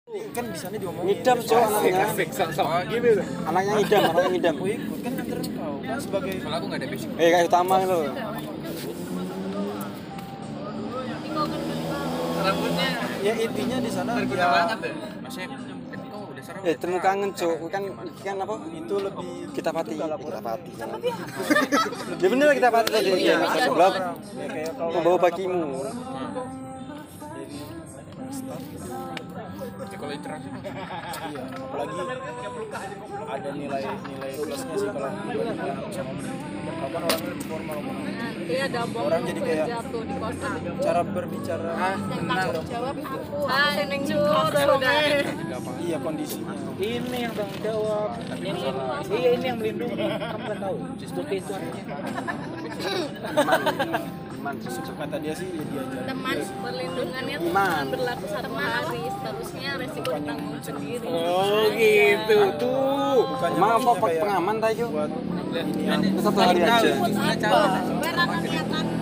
Kan di sana diomongin. Ngidam cowok anaknya. Anaknya ngidam. Oh ikut kan nganterin kau kan sebagai. Kalau aku nggak ada basic. Kayak utama lo. Rambutnya Ya intinya di sana terguna ya banget deh. Maksudnya kau udah serem. Temu kangen cowok kan apa? itu lebih Kita pati. Ya bener kita pati tadi. Iya. Sebab ya kayak kalau membawa bagimu. Ya, kalau interaksi. iya apalagi ada nilai plusnya sih kalau dibandingkan sama kapan orang lebih formal Iya, ada bom orang jadi kayak jatuh di kosan. cara berbicara Tanggung jawab aku. Seneng sudah. iya kondisinya Ini yang tanggung jawab. Iya ini yang melindungi. Kamu kan tahu. Seperti itu artinya. Iman. kata dia sih ya diajar Teman perlindungannya tuh Iman. berlaku 1 hari, seterusnya resiko ditanggung sendiri. Oh gitu tuh. bukannya Emang apa kayak pengaman tadi? buat ini Satu hari aja. Berat niat